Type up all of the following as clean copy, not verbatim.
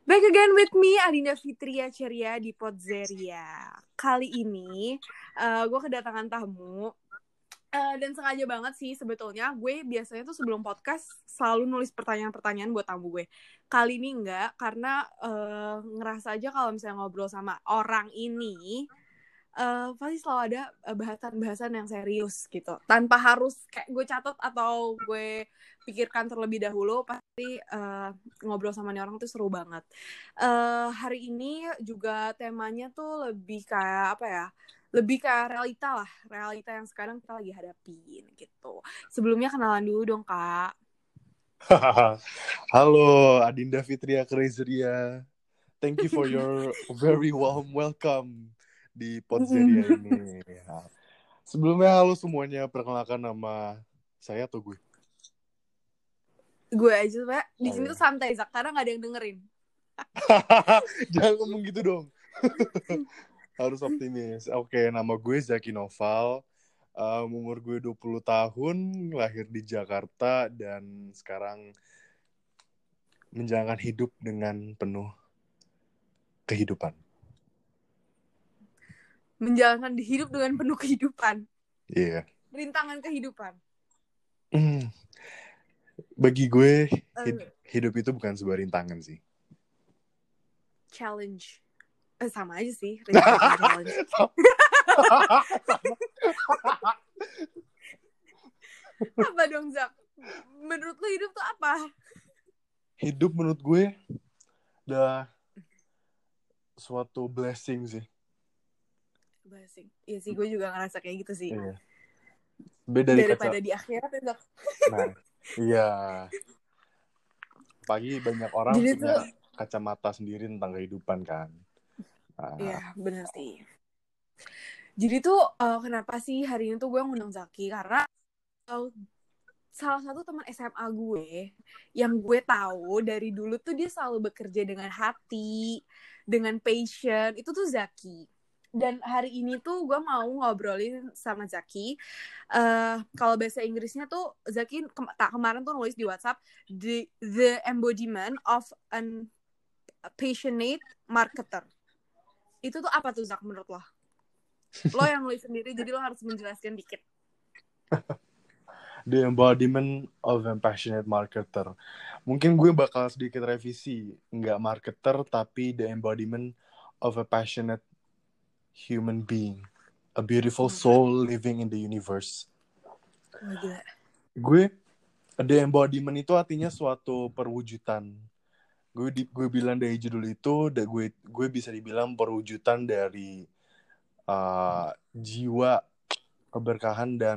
Back again with me, Adinda Fitria Ceria di Podzeria. Kali ini gue kedatangan tamu. Dan sengaja banget sih sebetulnya. Gue biasanya tuh sebelum podcast selalu nulis pertanyaan-pertanyaan buat tamu gue. Kali ini enggak, karena ngerasa aja kalau misalnya ngobrol sama orang ini pasti selalu ada bahasan-bahasan yang serius gitu. Tanpa harus kayak gue catat atau gue pikirkan terlebih dahulu, pasti ngobrol sama nih orang tuh seru banget. Hari ini juga temanya tuh lebih kayak apa ya? Lebih kayak realita lah, realita yang sekarang kita lagi hadapin gitu. Sebelumnya kenalan dulu dong, Kak. Halo Adinda Fitria Krezeria. Thank you for your very warm welcome di Podzeria ini. Sebelumnya halo semuanya, perkenalkan nama saya atau gue? Gue aja Pak. Di sini tuh santai, Zak, karena gak ada yang dengerin. Jangan ngomong gitu dong. Harus optimis. Oke, nama gue Zaki Noval. Umur gue 20 tahun, lahir di Jakarta dan sekarang menjalankan hidup dengan penuh kehidupan. Menjalankan hidup dengan penuh kehidupan. Iya. Rintangan kehidupan. Bagi gue, hidup itu bukan sebuah rintangan sih. Challenge. Sama aja sih, rintangan challenge. Apa dong, Zak? Menurut lu hidup tuh apa? Hidup menurut gue udah suatu blessing sih. Blessing. Iya sih, gue juga ngerasa kayak gitu sih. Iya. Beda daripada di akhirat ya, Zak. Nah, iya. Pagi banyak orang Jadi punya tuh, kacamata sendiri tentang kehidupan kan. iya, bener sih. Jadi tuh kenapa sih hari ini tuh gue ngundang Zaki? Karena salah satu teman SMA gue yang gue tahu dari dulu tuh dia selalu bekerja dengan hati, dengan passion, itu tuh Zaki. Dan hari ini tuh gue mau ngobrolin sama Zaki. Kalau bahasa Inggrisnya tuh Zaki kemarin tuh nulis di WhatsApp the embodiment of an passionate marketer. Itu tuh apa tuh, Zak, menurut lo? Lo yang nulis sendiri, jadi lo harus menjelaskan dikit. The embodiment of a passionate marketer. Mungkin gue bakal sedikit revisi. Nggak marketer, tapi the embodiment of a passionate human being. A beautiful soul living in the universe. Wah, gila. Gue, the embodiment itu artinya suatu perwujudan. Gue bilang dari judul itu, gue bisa dibilang perwujudan dari jiwa keberkahan dan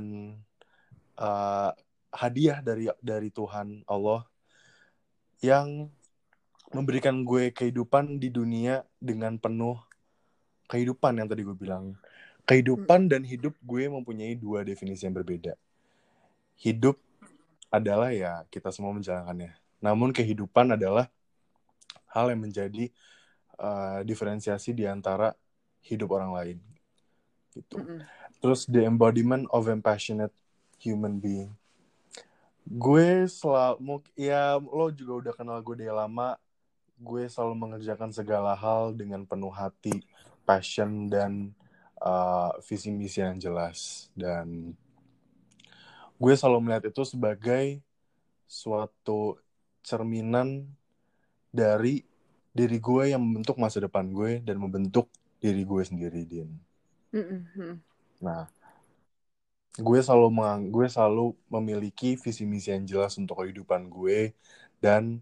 hadiah dari Tuhan Allah yang memberikan gue kehidupan di dunia dengan penuh kehidupan yang tadi gue bilang. Kehidupan dan hidup gue mempunyai dua definisi yang berbeda. Hidup adalah ya kita semua menjalankannya. Namun kehidupan adalah hal yang menjadi diferensiasi di antara hidup orang lain. Gitu. Terus the embodiment of a passionate human being. Gue selalu, ya lo juga udah kenal gue dari lama, gue selalu mengerjakan segala hal dengan penuh hati, passion, dan visi misi yang jelas. Dan gue selalu melihat itu sebagai suatu cerminan dari diri gue yang membentuk masa depan gue dan membentuk diri gue sendiri, Din. Nah, gue selalu memiliki visi misi yang jelas untuk kehidupan gue dan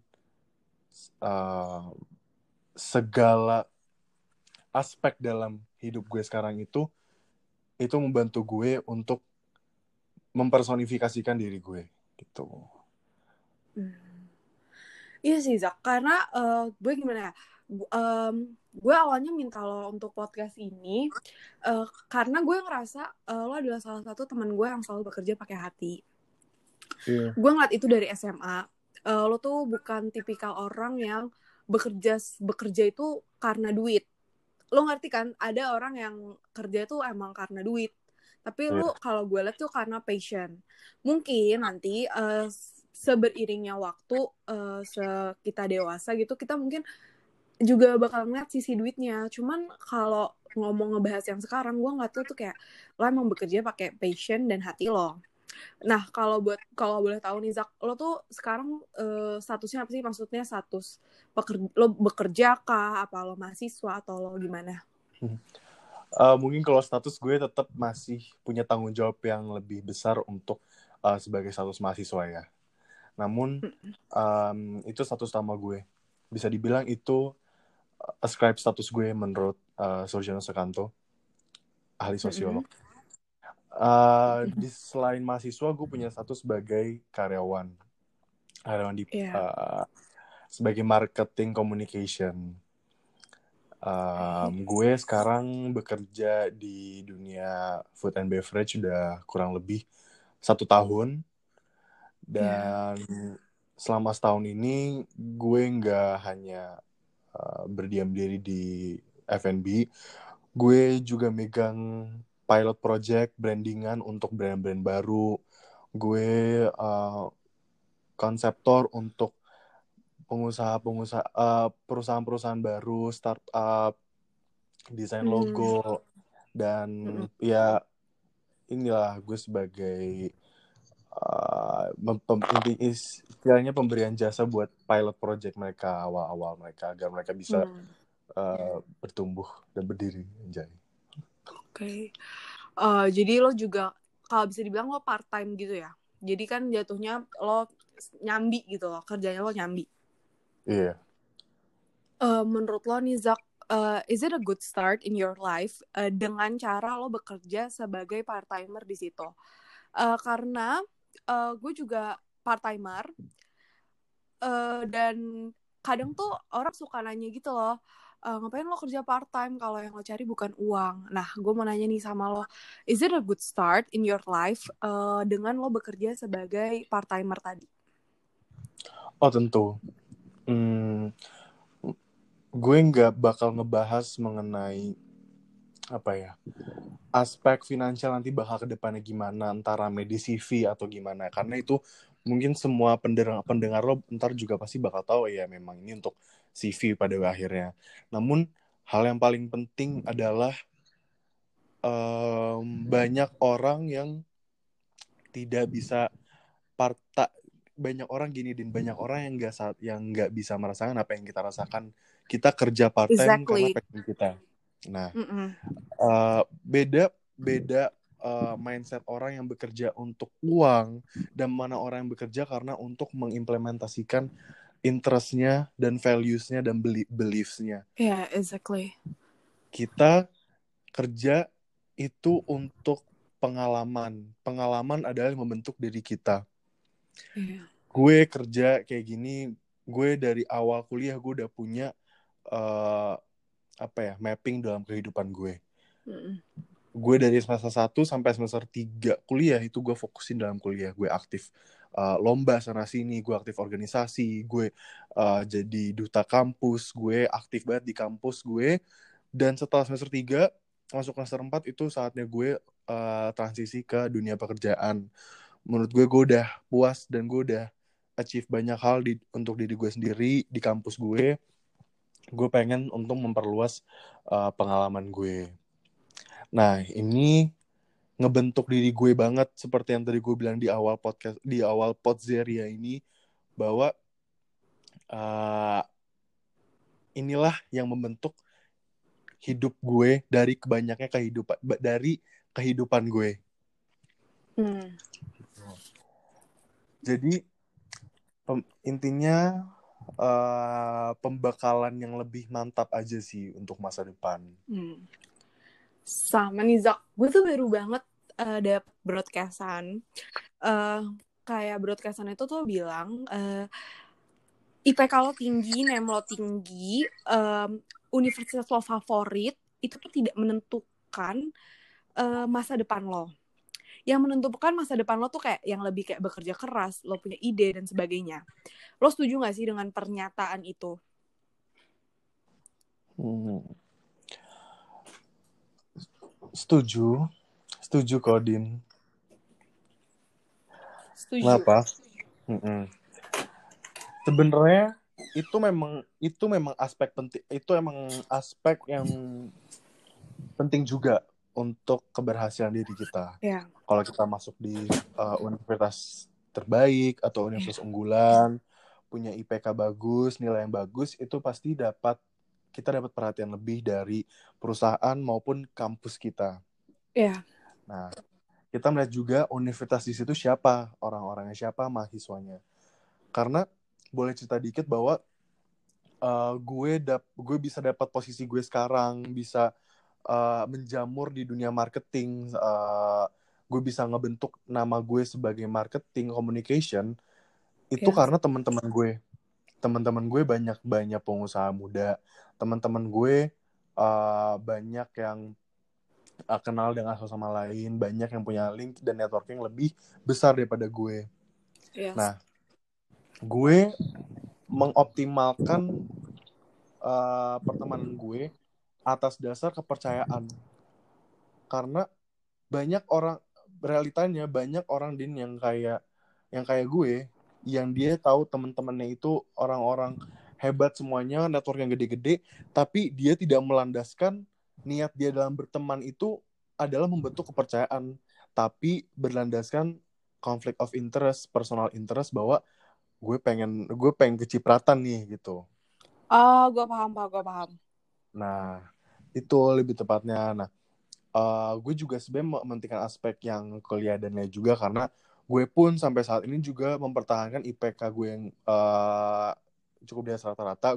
segala aspek dalam hidup gue sekarang itu membantu gue untuk mempersonifikasikan diri gue gitu. Iya sih, Zak, karena gue gimana ya, gue awalnya minta lo untuk podcast ini karena gue ngerasa lo adalah salah satu teman gue yang selalu bekerja pakai hati. Gue ngeliat itu dari SMA. Lo tuh bukan tipikal orang yang bekerja itu karena duit. Lo ngerti kan, ada orang yang kerja itu emang karena duit, tapi lu kalau gue lihat tuh karena passion. Mungkin nanti seberiringnya waktu kita dewasa gitu, kita mungkin juga bakal ngeliat sisi duitnya. Cuman kalau ngomong ngebahas yang sekarang, gue ngeliat lo tuh kayak lo emang bekerja pakai passion dan hati lo. Nah, kalau boleh tahu nih Zak, lo tuh sekarang statusnya apa sih? Maksudnya status lo bekerja kah? Apa lo mahasiswa atau lo gimana? Mungkin kalau status gue tetap masih punya tanggung jawab yang lebih besar untuk sebagai status mahasiswa ya. Namun itu status utama gue. Bisa dibilang itu ascribe status gue menurut Sarjana Sekanto, ahli sosiolog. Di selain mahasiswa, gue punya status sebagai karyawan di sebagai marketing communication. Gue sekarang bekerja di dunia food and beverage udah kurang lebih 1 tahun, dan selama setahun ini gue nggak hanya berdiam diri di F&B, gue juga megang pilot project brandingan untuk brand-brand baru. Gue konseptor untuk perusahaan-perusahaan baru, startup, desain logo, dan ya inilah gue sebagai istilahnya pemberian jasa buat pilot project mereka awal-awal mereka agar mereka bisa bertumbuh dan berdiri. Oke. Jadi lo juga kalau bisa dibilang lo part time gitu ya. Jadi kan jatuhnya lo nyambi gitu loh, kerjanya lo nyambi. Iya. Menurut lo nih Zak, is it a good start in your life dengan cara lo bekerja sebagai part timer di situ? Karena gue juga part timer dan kadang tuh orang suka nanya gitu loh, ngapain lo kerja part time kalau yang lo cari bukan uang. Nah, gue mau nanya nih sama lo, is it a good start in your life dengan lo bekerja sebagai part timer tadi? Oh tentu. Gue nggak bakal ngebahas mengenai apa ya, aspek finansial nanti bakal ke depannya gimana, entar rame di CV atau gimana, karena itu mungkin semua pendengar lo ntar juga pasti bakal tahu ya memang ini untuk CV pada akhirnya. Namun hal yang paling penting adalah banyak orang yang tidak bisa banyak orang gini, dan banyak orang yang nggak bisa merasakan apa yang kita rasakan. Kita kerja part time karena passion kita. Nah, beda mindset orang yang bekerja untuk uang dan mana orang yang bekerja karena untuk mengimplementasikan interest-nya dan values-nya dan beliefs-nya. Yeah, exactly. Kita kerja itu untuk pengalaman. Pengalaman adalah yang membentuk diri kita. Yeah. Gue kerja kayak gini, gue dari awal kuliah gue udah punya mapping dalam kehidupan gue. Gue dari semester 1 sampai semester 3 kuliah itu gue fokusin dalam kuliah. Gue aktif lomba sana sini, gue aktif organisasi, gue jadi duta kampus, gue aktif banget di kampus gue. Dan setelah semester 3 masuk semester 4 itu saatnya gue transisi ke dunia pekerjaan. Menurut gue udah puas dan gue udah achieve banyak hal untuk diri gue sendiri di kampus gue. Gue pengen untuk memperluas pengalaman gue. Nah, ini ngebentuk diri gue banget seperti yang tadi gue bilang di awal podcast, di awal Podzeria ini, bahwa inilah yang membentuk hidup gue dari kehidupan gue. Jadi intinya pembekalan yang lebih mantap aja sih untuk masa depan. Sama nih Zak, gue tuh baru banget dapet broadcastan. Kayak broadcastan itu tuh bilang IPK lo tinggi, NEM lo tinggi, universitas lo favorit, itu tuh tidak menentukan masa depan lo. Yang menentukan masa depan lo tuh kayak yang lebih kayak bekerja keras, lo punya ide dan sebagainya. Lo setuju gak sih dengan pernyataan itu? Setuju Kodin. Setuju. Kenapa? Sebenarnya itu memang aspek penting, itu emang aspek yang penting juga untuk keberhasilan diri kita. Ya. Kalau kita masuk di universitas terbaik atau Ya. universitas unggulan, punya IPK bagus, nilai yang bagus, itu pasti kita dapat perhatian lebih dari perusahaan maupun kampus kita. Ya. Nah, kita melihat juga universitas di situ siapa orang-orangnya, siapa mahasiswanya. Karena boleh cerita dikit bahwa gue bisa dapat posisi gue sekarang, bisa menjamur di dunia marketing, gue bisa ngebentuk nama gue sebagai marketing communication, itu Ya. karena teman-teman gue banyak pengusaha muda, teman-teman gue banyak yang kenal dengan satu sama lain, banyak yang punya link dan networking lebih besar daripada gue. Ya. Nah, gue mengoptimalkan pertemanan gue atas dasar kepercayaan, karena realitanya banyak orang Din yang kayak gue, yang dia tahu teman-temannya itu orang-orang hebat semuanya, network yang gede-gede, tapi dia tidak melandaskan niat dia dalam berteman itu adalah membentuk kepercayaan, tapi berlandaskan conflict of interest, personal interest, bahwa gue pengen kecipratan nih gitu. Gue paham. Nah, itu lebih tepatnya. Nah, gue juga sebenarnya mementingkan aspek yang kuliah dan lain juga, karena gue pun sampai saat ini juga mempertahankan IPK gue yang cukup di atas rata-rata.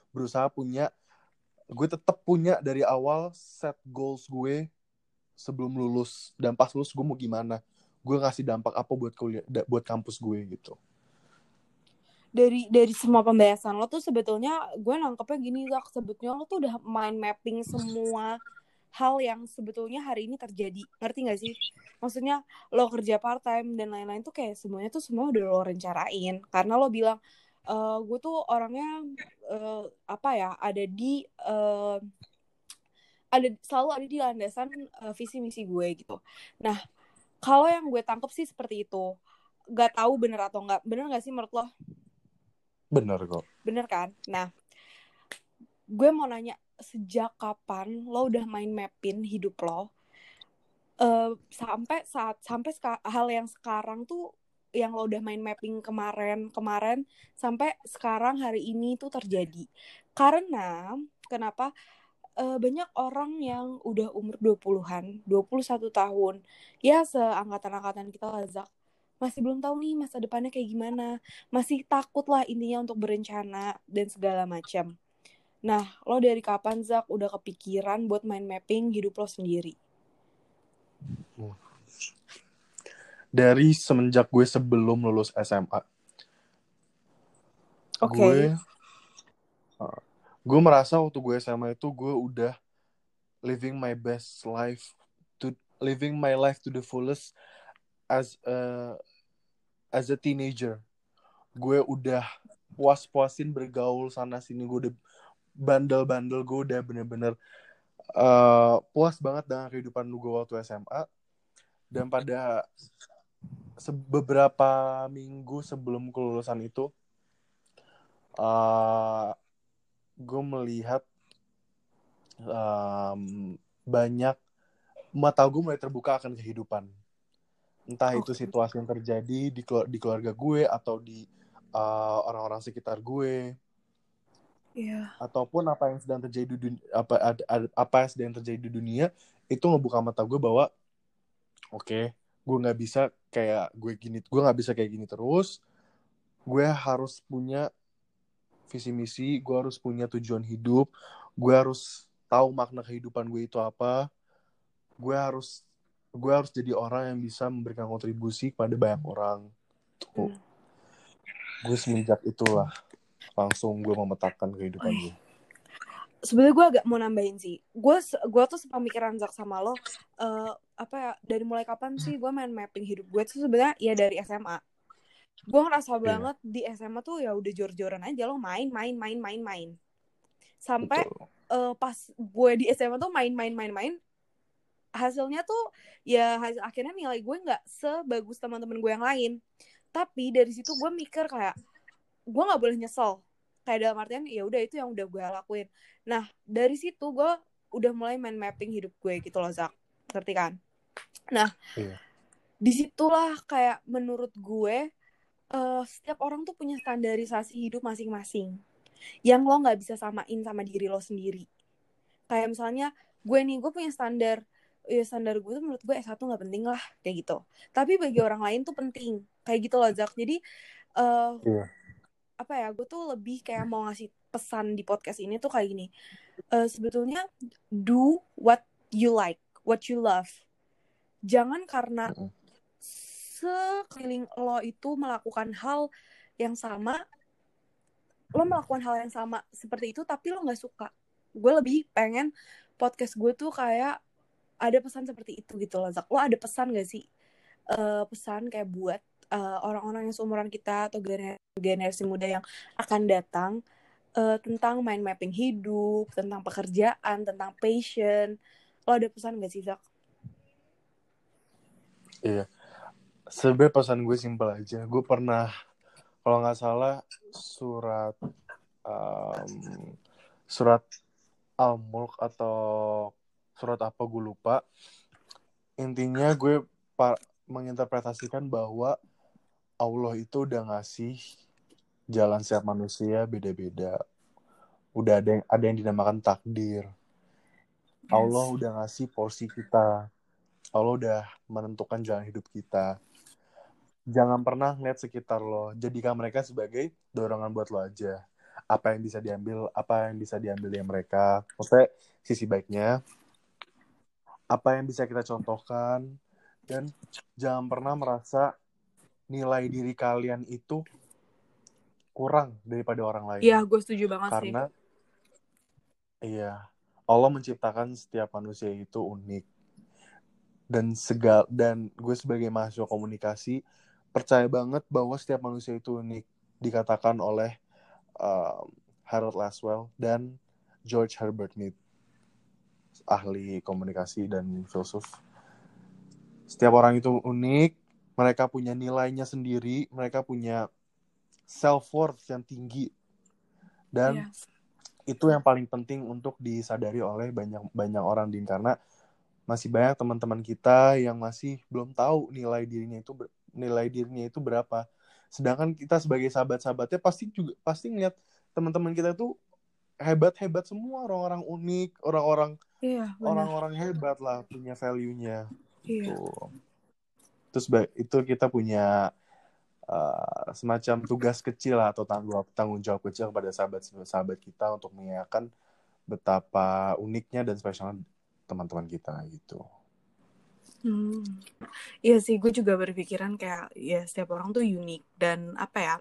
Gue tetap punya dari awal set goals gue sebelum lulus, dan pas lulus gue mau gimana, gue ngasih dampak apa buat kuliah, buat kampus gue gitu. Dari semua pembahasan lo tuh sebetulnya gue nangkepnya gini, Zak, sebetulnya lo tuh udah mind mapping semua hal yang sebetulnya hari ini terjadi, ngerti gak sih? Maksudnya lo kerja part time dan lain-lain tuh kayak semuanya tuh semua udah lo rencanain, karena lo bilang gue tuh orangnya selalu ada di landasan visi misi gue gitu. Nah, kalau yang gue tangkep sih seperti itu. Gak tahu bener atau enggak, bener gak sih menurut lo? Bener kok. Bener kan? Nah, gue mau nanya, sejak kapan lo udah mind mapping hidup lo sampai hal yang sekarang tuh, yang lo udah mind mapping kemarin sampai sekarang hari ini tuh terjadi. Karena kenapa? Banyak orang yang udah umur 20-an, 21 tahun, ya seangkatan-angkatan kita lah, Zak, masih belum tahu nih masa depannya kayak gimana, masih takut lah intinya untuk berencana dan segala macam. Nah, lo dari kapan, Zak, udah kepikiran buat mind mapping hidup lo sendiri? Dari semenjak gue sebelum lulus SMA. Oke. Gue merasa waktu gue SMA itu gue udah living my best life, living my life to the fullest as a teenager. Gue udah puas-puasin bergaul sana sini, gue udah bandel-bandel, gue udah bener-bener puas banget dengan kehidupan gue waktu SMA. Dan pada beberapa minggu sebelum kelulusan itu, gue melihat banyak mata gue mulai terbuka akan kehidupan. Entah itu situasi yang terjadi di keluarga gue atau di orang-orang sekitar gue, ataupun apa yang sedang terjadi apa yang sedang terjadi di dunia, itu ngebuka mata gue bahwa gue nggak bisa kayak gini terus. Gue harus punya visi misi, gue harus punya tujuan hidup, gue harus tahu makna kehidupan gue itu apa. Gue harus jadi orang yang bisa memberikan kontribusi kepada banyak orang. Gue semenjak itulah langsung gue memetakan kehidupan gue. Sebenarnya gue agak mau nambahin sih, gue tuh sepemikiran, Zak, sama lo. Dari mulai kapan sih gue main mapping hidup gue tuh sebenarnya ya dari SMA. Gue ngerasa banget di SMA tuh ya udah jor-joran aja, lo main sampai pas gue di SMA tuh main, hasilnya tuh ya akhirnya nilai gue nggak sebagus teman-teman gue yang lain. Tapi dari situ gue mikir kayak gue nggak boleh nyesel. kayak dalam artian ya udah itu yang udah gue lakuin. Nah dari situ gue udah mulai main mapping hidup gue gitu loh Zak, ngerti kan? Nah Iya. disitulah kayak menurut gue setiap orang tuh punya standarisasi hidup masing-masing yang lo nggak bisa samain sama diri lo sendiri. Kayak misalnya gue punya standar, ya standar gue tuh menurut gue S1 nggak penting lah kayak gitu. Tapi bagi orang lain tuh penting kayak gitu loh Zak. Jadi Iya. apa ya, gue tuh lebih kayak mau ngasih pesan di podcast ini tuh kayak gini. Sebetulnya do what you like, what you love. Jangan karena sekeliling lo itu melakukan hal yang sama, lo melakukan hal yang sama seperti itu tapi lo nggak suka. Gue lebih pengen podcast gue tuh kayak ada pesan seperti itu gitu loh Zak. Lo ada pesan gak sih, pesan kayak buat orang-orang yang seumuran kita atau generasi muda yang akan datang, tentang mind mapping hidup, tentang pekerjaan, tentang passion? Lo ada pesan gak sih Zak? Iya. Sebenarnya pesan gue simpel aja. Gue pernah, kalau nggak salah, surat Al-Mulk atau surat apa gue lupa. Intinya gue menginterpretasikan bahwa Allah itu udah ngasih jalan setiap manusia beda-beda. Udah ada yang dinamakan takdir. Allah udah ngasih porsi kita. Allah udah menentukan jalan hidup kita. Jangan pernah ngeliat sekitar lo. Jadikan mereka sebagai dorongan buat lo aja. Apa yang bisa diambil dari mereka. Maksudnya sisi baiknya. Apa yang bisa kita contohkan. Dan jangan pernah merasa nilai diri kalian itu kurang daripada orang lain. Iya, gue setuju banget sih. Karena Allah menciptakan setiap manusia itu unik. Dan gue sebagai mahasiswa komunikasi percaya banget bahwa setiap manusia itu unik. Dikatakan oleh Harold Laswell dan George Herbert Mead, ahli komunikasi dan filsuf. Setiap orang itu unik, mereka punya nilainya sendiri, mereka punya self-worth yang tinggi. Dan itu yang paling penting untuk disadari oleh banyak orang, Din, karena masih banyak teman-teman kita yang masih belum tahu nilai dirinya itu berapa. Sedangkan kita sebagai sahabat-sahabatnya pasti ngeliat teman-teman kita tuh hebat-hebat semua, orang-orang unik, orang-orang hebat lah, punya value-nya. Iya. Terus itu kita punya semacam tugas kecil lah, atau tanggung jawab kecil kepada sahabat kita untuk mengingatkan betapa uniknya dan spesialnya teman-teman kita gitu. Iya sih, gue juga berpikiran kayak ya setiap orang tuh unik dan apa ya,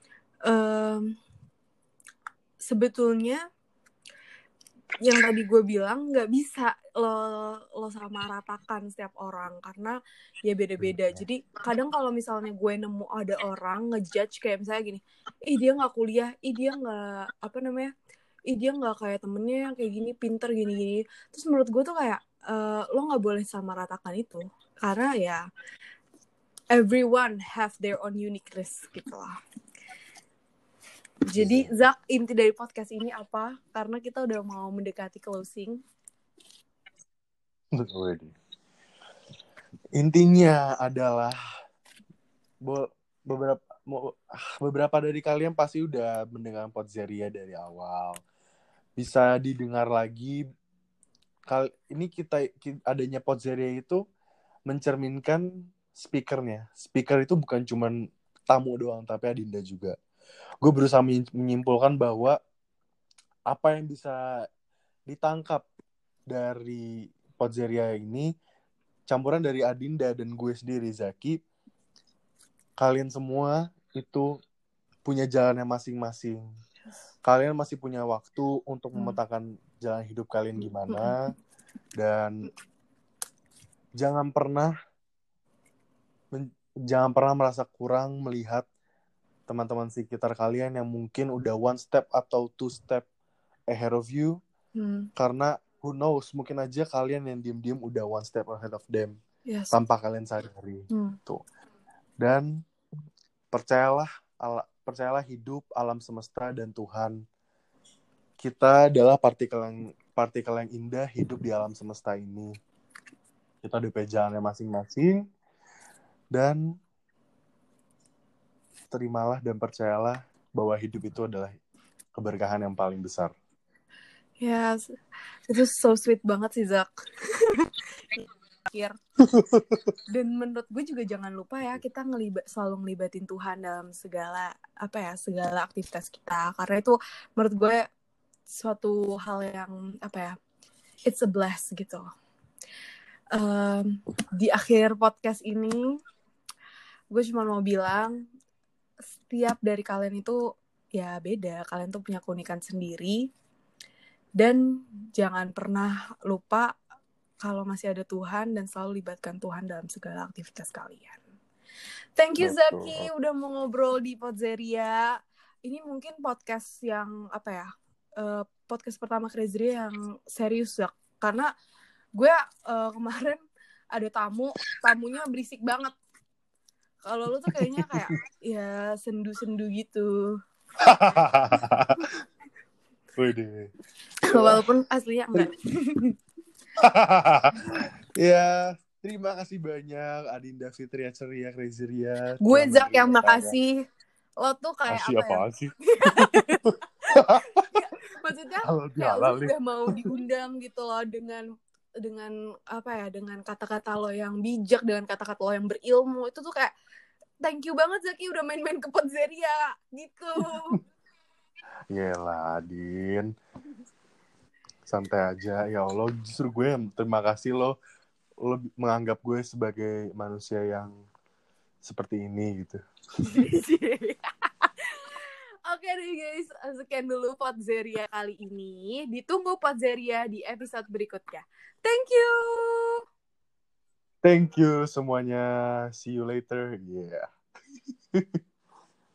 sebetulnya yang tadi gue bilang nggak bisa lo sama ratakan setiap orang karena ya beda-beda. Jadi kadang kalau misalnya gue nemu ada orang ngejudge kayak misalnya gini, dia nggak kuliah, dia nggak dia nggak kayak temennya yang kayak gini, pinter gini-gini. Terus menurut gue tuh kayak lo nggak boleh sama ratakan itu karena ya everyone have their own uniqueness gitu lah. Jadi Zak, inti dari podcast ini apa? Karena kita udah mau mendekati closing. Intinya adalah beberapa dari kalian pasti udah mendengar Podzeria dari awal. Bisa didengar lagi. Ini kita adanya Podzeria itu mencerminkan speakernya. Speaker itu bukan cuma tamu doang, tapi Adinda juga. Gue berusaha menyimpulkan bahwa apa yang bisa ditangkap dari Podzeria ini campuran dari Adinda dan gue sendiri, Zaki. Kalian semua itu punya jalannya masing-masing. Kalian masih punya waktu untuk memetakan jalan hidup kalian gimana. Dan jangan pernah merasa kurang melihat teman-teman sekitar kalian yang mungkin udah one step atau two step ahead of you. Karena who knows, mungkin aja kalian yang diem-diem udah one step ahead of them tanpa kalian sadari. Dan percayalah percayalah hidup, alam semesta, dan Tuhan. Kita adalah partikel yang indah hidup di alam semesta ini. Kita ada jalannya masing-masing. Dan terimalah dan percayalah bahwa hidup itu adalah keberkahan yang paling besar. Ya, itu so sweet banget sih, Zak. Dan menurut gue juga jangan lupa ya, kita selalu ngelibatin Tuhan dalam segala aktivitas kita, karena itu menurut gue suatu hal yang it's a bless gitu. Di akhir podcast ini gue cuma mau bilang, setiap dari kalian itu ya beda, kalian tuh punya keunikan sendiri, dan jangan pernah lupa kalau masih ada Tuhan dan selalu libatkan Tuhan dalam segala aktivitas kalian. Thank you Zaki udah mau ngobrol di Podzeria. Ini mungkin podcast yang podcast pertama Crazy yang serius, Zak. Karena gue kemarin ada tamunya berisik banget. Kalau lu tuh kayaknya kayak ya sendu-sendu gitu. Walaupun aslinya enggak. Ya, terima kasih banyak Adinda Fitria Ceria Crazy Ria. Gue Zak yang makasih. Lo tuh kayak apa sih? Ya, maksudnya kayak lo udah mau diundang gitu loh dengan kata-kata lo yang bijak, dengan kata-kata lo yang berilmu. Itu tuh kayak thank you banget Zaki udah main-main ke Podzeria gitu. Yelah Adin, santai aja. Ya Allah, justru gue yang terima kasih lo menganggap gue sebagai manusia yang seperti ini gitu. Oke deh guys, sekian dulu Podzeria kali ini. Ditunggu Podzeria di episode berikutnya. Thank you. Thank you semuanya. See you later. Yeah.